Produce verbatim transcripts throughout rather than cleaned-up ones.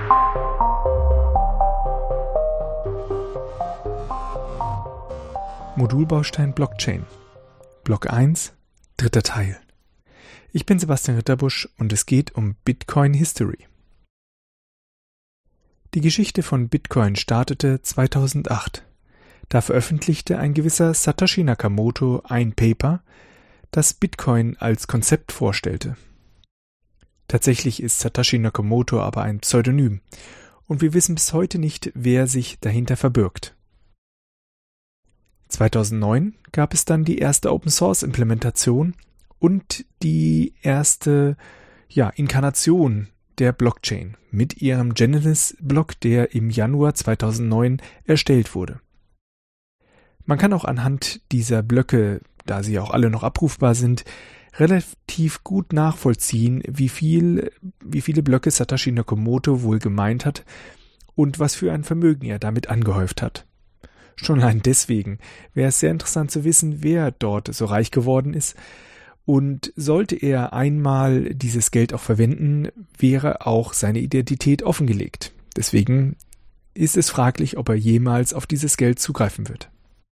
Modulbaustein Blockchain. Block eins, dritter Teil. Ich bin Sebastian Ritterbusch und es geht um Bitcoin History. Die Geschichte von Bitcoin startete zweitausendacht. Da veröffentlichte ein gewisser Satoshi Nakamoto ein Paper, das Bitcoin als Konzept vorstellte. Tatsächlich ist Satoshi Nakamoto aber ein Pseudonym und wir wissen bis heute nicht, wer sich dahinter verbirgt. zweitausendneun gab es dann die erste Open-Source-Implementation und die erste ja, Inkarnation der Blockchain mit ihrem Genesis-Block, der im Januar zweitausendneun erstellt wurde. Man kann auch anhand dieser Blöcke, da sie auch alle noch abrufbar sind, relativ gut nachvollziehen, wie viel, wie viele Blöcke Satoshi Nakamoto wohl gemeint hat und was für ein Vermögen er damit angehäuft hat. Schon allein deswegen wäre es sehr interessant zu wissen, wer dort so reich geworden ist. Und sollte er einmal dieses Geld auch verwenden, wäre auch seine Identität offengelegt. Deswegen ist es fraglich, ob er jemals auf dieses Geld zugreifen wird.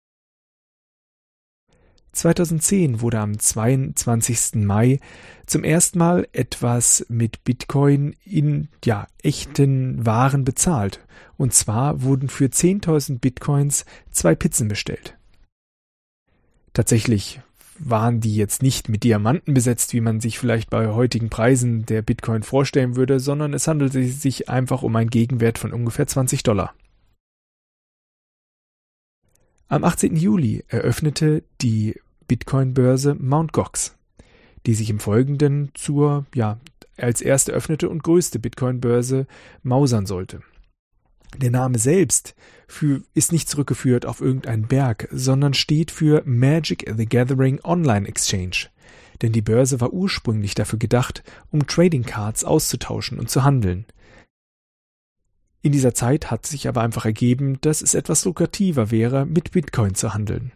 zweitausendzehn wurde am zweiundzwanzigsten Mai zum ersten Mal etwas mit Bitcoin in ja, echten Waren bezahlt. Und zwar wurden für zehntausend Bitcoins zwei Pizzen bestellt. Tatsächlich waren die jetzt nicht mit Diamanten besetzt, wie man sich vielleicht bei heutigen Preisen der Bitcoin vorstellen würde, sondern es handelte sich einfach um einen Gegenwert von ungefähr zwanzig Dollar. Am achtzehnten Juli eröffnete die Bitcoin-Börse Mount Gox, die sich im Folgenden zur, ja, als erste öffnete und größte Bitcoin-Börse mausern sollte. Der Name selbst für, ist nicht zurückgeführt auf irgendeinen Berg, sondern steht für Magic the Gathering Online Exchange. Denn die Börse war ursprünglich dafür gedacht, um Trading Cards auszutauschen und zu handeln. In dieser Zeit hat sich aber einfach ergeben, dass es etwas lukrativer wäre, mit Bitcoin zu handeln.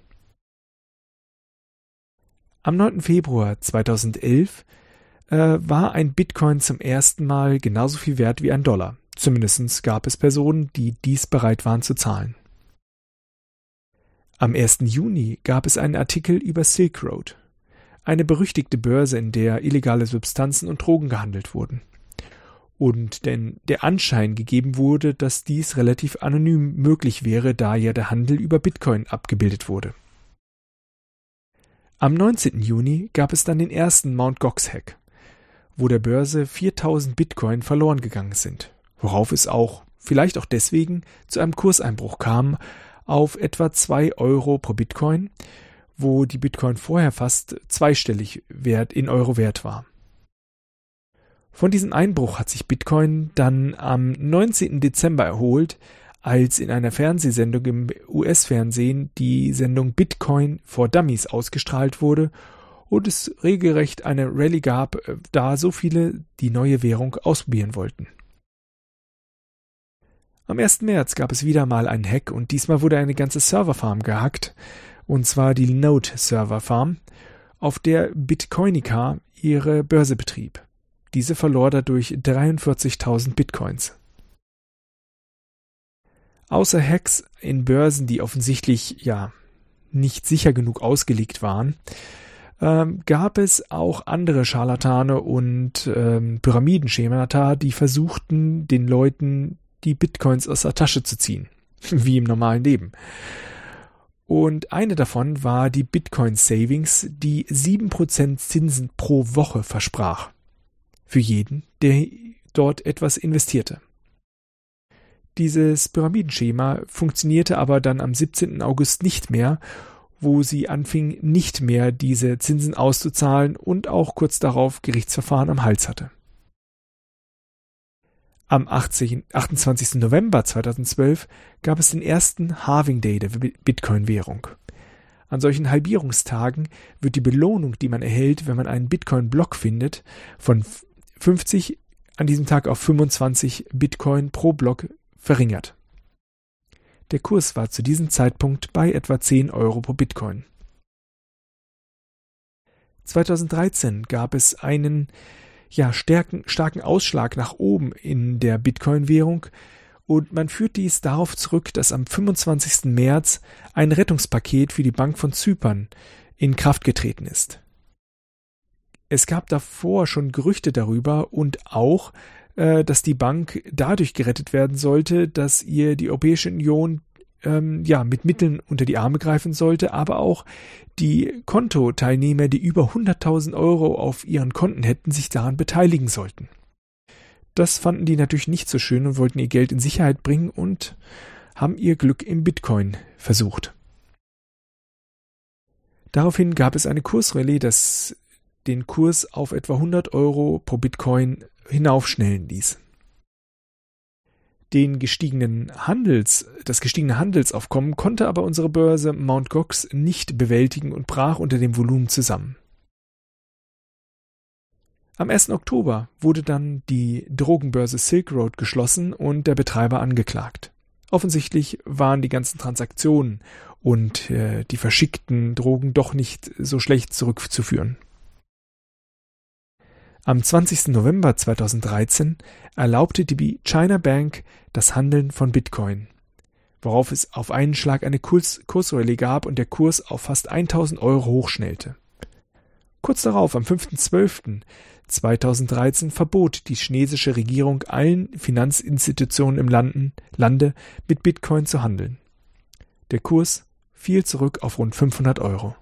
Am neunten Februar zweitausendelf äh, war ein Bitcoin zum ersten Mal genauso viel wert wie ein Dollar. Zumindest gab es Personen, die dies bereit waren zu zahlen. Am ersten Juni gab es einen Artikel über Silk Road, eine berüchtigte Börse, in der illegale Substanzen und Drogen gehandelt wurden. Und denn der Anschein gegeben wurde, dass dies relativ anonym möglich wäre, da ja der Handel über Bitcoin abgebildet wurde. Am neunzehnten Juni gab es dann den ersten Mount Gox-Hack, wo der Börse viertausend Bitcoin verloren gegangen sind, worauf es auch, vielleicht auch deswegen, zu einem Kurseinbruch kam auf etwa zwei Euro pro Bitcoin, wo die Bitcoin vorher fast zweistellig wert in Euro wert war. Von diesem Einbruch hat sich Bitcoin dann am neunzehnten Dezember erholt, als in einer Fernsehsendung im U S-Fernsehen die Sendung Bitcoin for Dummies ausgestrahlt wurde und es regelrecht eine Rallye gab, da so viele die neue Währung ausprobieren wollten. Am ersten März gab es wieder mal einen Hack und diesmal wurde eine ganze Serverfarm gehackt, und zwar die Node-Serverfarm, auf der Bitcoinica ihre Börse betrieb. Diese verlor dadurch dreiundvierzigtausend Bitcoins. Außer Hacks in Börsen, die offensichtlich ja nicht sicher genug ausgelegt waren, ähm, gab es auch andere Scharlatane und ähm, Pyramidenschemata, die versuchten, den Leuten die Bitcoins aus der Tasche zu ziehen, wie im normalen Leben. Und eine davon war die Bitcoin Savings, die sieben Prozent Zinsen pro Woche versprach. Für jeden, der dort etwas investierte. Dieses Pyramidenschema funktionierte aber dann am siebzehnten August nicht mehr, wo sie anfing, nicht mehr diese Zinsen auszuzahlen und auch kurz darauf Gerichtsverfahren am Hals hatte. Am achtundzwanzigsten November zweitausendzwölf gab es den ersten Halving Day der Bitcoin-Währung. An solchen Halbierungstagen wird die Belohnung, die man erhält, wenn man einen Bitcoin-Block findet, von fünfzig an diesem Tag auf fünfundzwanzig Bitcoin pro Block verringert. Der Kurs war zu diesem Zeitpunkt bei etwa zehn Euro pro Bitcoin. zweitausenddreizehn gab es einen ja, starken, starken Ausschlag nach oben in der Bitcoin-Währung und man führt dies darauf zurück, dass am fünfundzwanzigsten März ein Rettungspaket für die Bank von Zypern in Kraft getreten ist. Es gab davor schon Gerüchte darüber und auch, äh, dass die Bank dadurch gerettet werden sollte, dass ihr die Europäische Union ähm, ja, mit Mitteln unter die Arme greifen sollte, aber auch die Kontoteilnehmer, die über hunderttausend Euro auf ihren Konten hätten, sich daran beteiligen sollten. Das fanden die natürlich nicht so schön und wollten ihr Geld in Sicherheit bringen und haben ihr Glück im Bitcoin versucht. Daraufhin gab es eine Kursrallye, das den Kurs auf etwa hundert Euro pro Bitcoin hinaufschnellen ließ. Den gestiegenen Handels, das gestiegene Handelsaufkommen konnte aber unsere Börse Mount Gox nicht bewältigen und brach unter dem Volumen zusammen. Am ersten Oktober wurde dann die Drogenbörse Silk Road geschlossen und der Betreiber angeklagt. Offensichtlich waren die ganzen Transaktionen und äh, die verschickten Drogen doch nicht so schlecht zurückzuführen. Am zwanzigsten November zweitausenddreizehn erlaubte die China Bank das Handeln von Bitcoin, worauf es auf einen Schlag eine Kurs Kursrallye gab und der Kurs auf fast eintausend Euro hochschnellte. Kurz darauf, am fünften zwölften zweitausenddreizehn, verbot die chinesische Regierung allen Finanzinstitutionen im Landen, Lande mit Bitcoin zu handeln. Der Kurs fiel zurück auf rund fünfhundert Euro.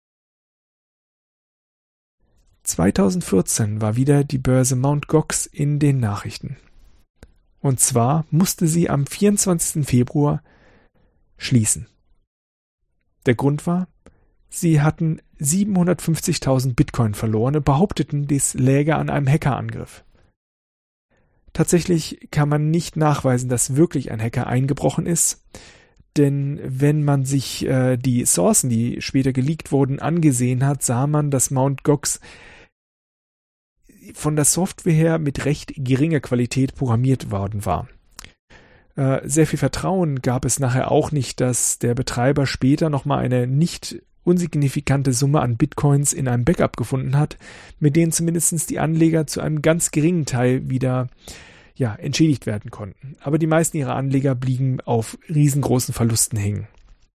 zweitausendvierzehn war wieder die Börse Mount Gox in den Nachrichten. Und zwar musste sie am vierundzwanzigsten Februar schließen. Der Grund war, sie hatten siebenhundertfünfzigtausend Bitcoin verloren und behaupteten, dies läge an einem Hackerangriff. Tatsächlich kann man nicht nachweisen, dass wirklich ein Hacker eingebrochen ist, denn wenn man sich äh, die Sourcen, die später geleakt wurden, angesehen hat, sah man, dass Mount Gox von der Software her mit recht geringer Qualität programmiert worden war. Äh, sehr viel Vertrauen gab es nachher auch nicht, dass der Betreiber später nochmal eine nicht unsignifikante Summe an Bitcoins in einem Backup gefunden hat, mit denen zumindest die Anleger zu einem ganz geringen Teil wieder ja, entschädigt werden konnten. Aber die meisten ihrer Anleger blieben auf riesengroßen Verlusten hängen.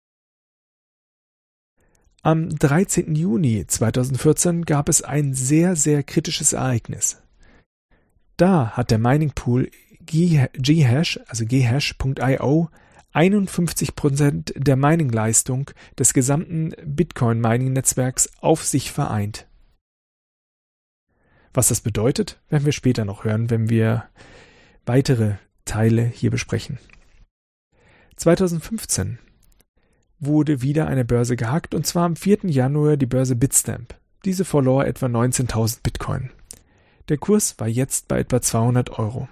Am dreizehnten Juni zweitausendvierzehn gab es ein sehr, sehr kritisches Ereignis. Da hat der Mining Pool Ghash, also ghash punkt io, einundfünfzig Prozent der Mining-Leistung des gesamten Bitcoin-Mining-Netzwerks auf sich vereint. Was das bedeutet, werden wir später noch hören, wenn wir weitere Teile hier besprechen. zweitausendfünfzehn wurde wieder eine Börse gehackt, und zwar am vierten Januar die Börse Bitstamp. Diese verlor etwa neunzehntausend Bitcoin. Der Kurs war jetzt bei etwa zweihundert Euro.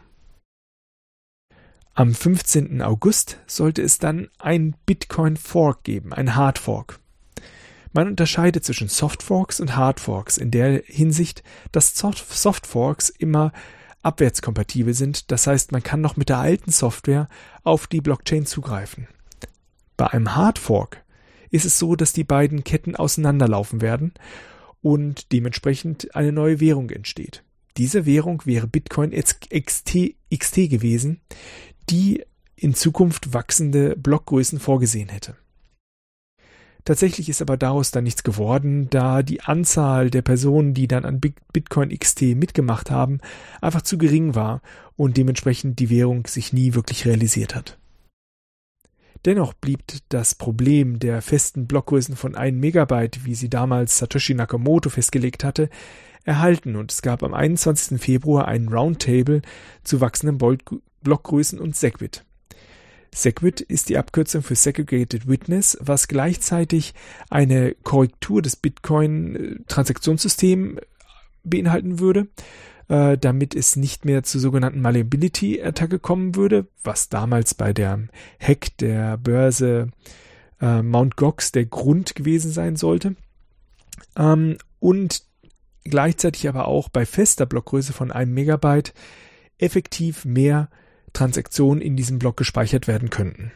Am fünfzehnten August sollte es dann ein Bitcoin-Fork geben, ein Hardfork. Man unterscheidet zwischen Softforks und Hardforks in der Hinsicht, dass Softforks immer abwärtskompatibel sind, das heißt, man kann noch mit der alten Software auf die Blockchain zugreifen. Bei einem Hardfork ist es so, dass die beiden Ketten auseinanderlaufen werden und dementsprechend eine neue Währung entsteht. Diese Währung wäre Bitcoin X T, X T gewesen, die in Zukunft wachsende Blockgrößen vorgesehen hätte. Tatsächlich ist aber daraus dann nichts geworden, da die Anzahl der Personen, die dann an Bitcoin X T mitgemacht haben, einfach zu gering war und dementsprechend die Währung sich nie wirklich realisiert hat. Dennoch blieb das Problem der festen Blockgrößen von einem Megabyte, wie sie damals Satoshi Nakamoto festgelegt hatte, erhalten, und es gab am einundzwanzigsten Februar einen Roundtable zu wachsenden Blockgrößen und Segwit. Segwit ist die Abkürzung für Segregated Witness, was gleichzeitig eine Korrektur des Bitcoin-Transaktionssystems beinhalten würde, äh, damit es nicht mehr zu sogenannten Malleability-Attacke kommen würde, was damals bei der Hack der Börse äh, Mount Gox der Grund gewesen sein sollte. Ähm, und gleichzeitig aber auch bei fester Blockgröße von einem Megabyte effektiv mehr Transaktionen in diesem Block gespeichert werden könnten.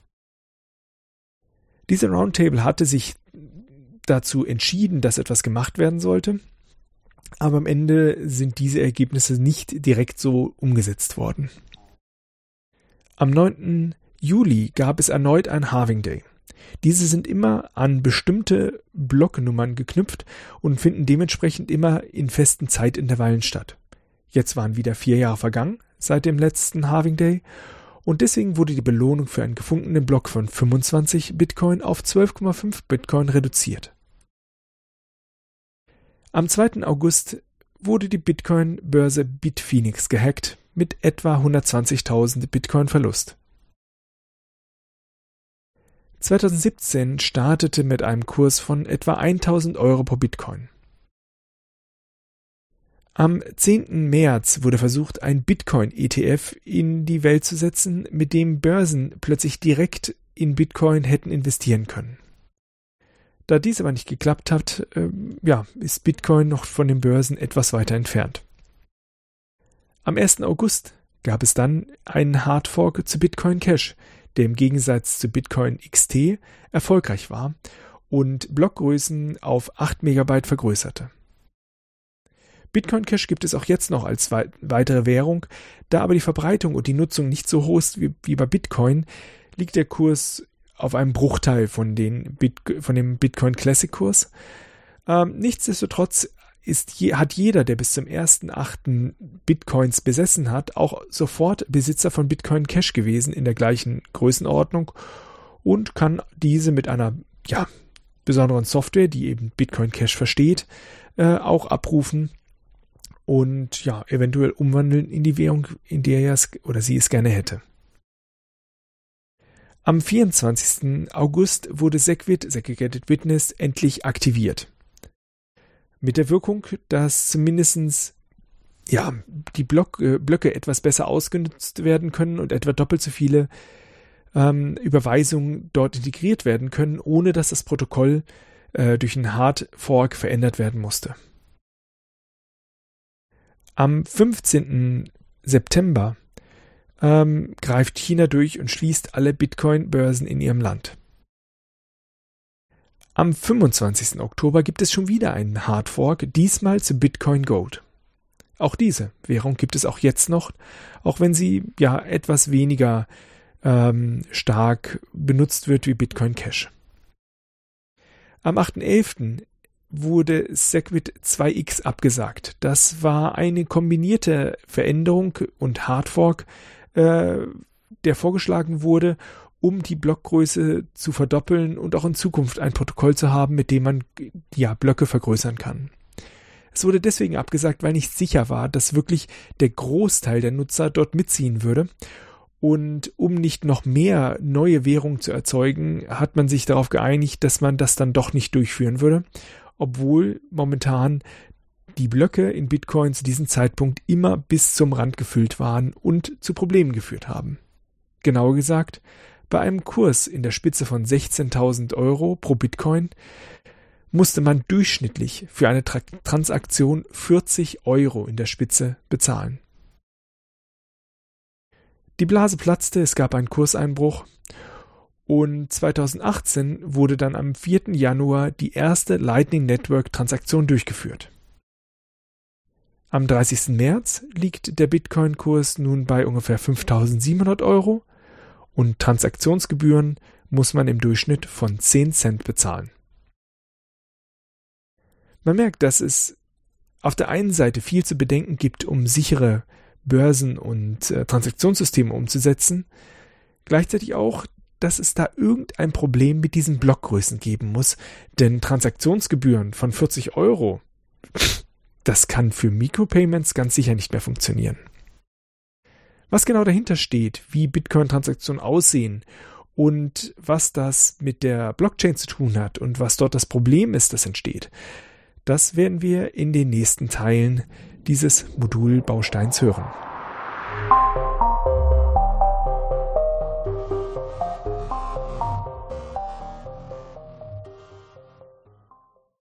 Dieser Roundtable hatte sich dazu entschieden, dass etwas gemacht werden sollte, aber am Ende sind diese Ergebnisse nicht direkt so umgesetzt worden. Am neunten Juli gab es erneut ein Halving Day. Diese sind immer an bestimmte Blocknummern geknüpft und finden dementsprechend immer in festen Zeitintervallen statt. Jetzt waren wieder vier Jahre vergangen seit dem letzten Halving Day und deswegen wurde die Belohnung für einen gefundenen Block von fünfundzwanzig Bitcoin auf zwölf Komma fünf Bitcoin reduziert. Am zweiten August wurde die Bitcoin-Börse Bitfinex gehackt mit etwa hundertzwanzigtausend Bitcoin Verlust. zweitausendsiebzehn startete mit einem Kurs von etwa eintausend Euro pro Bitcoin. Am zehnten März wurde versucht, ein Bitcoin-E T F in die Welt zu setzen, mit dem Börsen plötzlich direkt in Bitcoin hätten investieren können. Da dies aber nicht geklappt hat, äh, ja, ist Bitcoin noch von den Börsen etwas weiter entfernt. Am ersten August gab es dann einen Hardfork zu Bitcoin Cash, der im Gegensatz zu Bitcoin X T erfolgreich war und Blockgrößen auf acht Megabyte vergrößerte. Bitcoin Cash gibt es auch jetzt noch als wei- weitere Währung, da aber die Verbreitung und die Nutzung nicht so hoch ist wie, wie bei Bitcoin, liegt der Kurs auf einem Bruchteil von, den Bit- von dem Bitcoin Classic Kurs. Ähm, nichtsdestotrotz ist je, hat jeder, der bis zum ersten achten Bitcoins besessen hat, auch sofort Besitzer von Bitcoin Cash gewesen in der gleichen Größenordnung und kann diese mit einer ja, besonderen Software, die eben Bitcoin Cash versteht, äh, auch abrufen und ja, eventuell umwandeln in die Währung, in der er es oder sie es gerne hätte. Am vierundzwanzigsten August wurde SegWit, Segregated Witness, endlich aktiviert. Mit der Wirkung, dass zumindest ja, die Block, äh, Blöcke etwas besser ausgenutzt werden können und etwa doppelt so viele ähm, Überweisungen dort integriert werden können, ohne dass das Protokoll äh, durch einen Hard Fork verändert werden musste. Am fünfzehnten September ähm, greift China durch und schließt alle Bitcoin-Börsen in ihrem Land. Am fünfundzwanzigsten Oktober gibt es schon wieder einen Hardfork, diesmal zu Bitcoin Gold. Auch diese Währung gibt es auch jetzt noch, auch wenn sie ja etwas weniger ähm, stark benutzt wird wie Bitcoin Cash. Am achten elften wurde SegWit zwei X abgesagt. Das war eine kombinierte Veränderung und Hardfork, äh, der vorgeschlagen wurde, um die Blockgröße zu verdoppeln und auch in Zukunft ein Protokoll zu haben, mit dem man ja Blöcke vergrößern kann. Es wurde deswegen abgesagt, weil nicht sicher war, dass wirklich der Großteil der Nutzer dort mitziehen würde. Und um nicht noch mehr neue Währungen zu erzeugen, hat man sich darauf geeinigt, dass man das dann doch nicht durchführen würde, obwohl momentan die Blöcke in Bitcoin zu diesem Zeitpunkt immer bis zum Rand gefüllt waren und zu Problemen geführt haben. Genauer gesagt, bei einem Kurs in der Spitze von sechzehntausend Euro pro Bitcoin musste man durchschnittlich für eine Tra- Transaktion vierzig Euro in der Spitze bezahlen. Die Blase platzte, es gab einen Kurseinbruch und zweitausendachtzehn wurde dann am vierten Januar die erste Lightning Network Transaktion durchgeführt. Am dreißigsten März liegt der Bitcoin-Kurs nun bei ungefähr fünftausendsiebenhundert Euro und Transaktionsgebühren muss man im Durchschnitt von zehn Cent bezahlen. Man merkt, dass es auf der einen Seite viel zu bedenken gibt, um sichere Börsen und äh, Transaktionssysteme umzusetzen, gleichzeitig auch, dass es da irgendein Problem mit diesen Blockgrößen geben muss, denn Transaktionsgebühren von vierzig Euro, das kann für Micropayments ganz sicher nicht mehr funktionieren. Was genau dahinter steht, wie Bitcoin-Transaktionen aussehen und was das mit der Blockchain zu tun hat und was dort das Problem ist, das entsteht, das werden wir in den nächsten Teilen dieses Modulbausteins hören.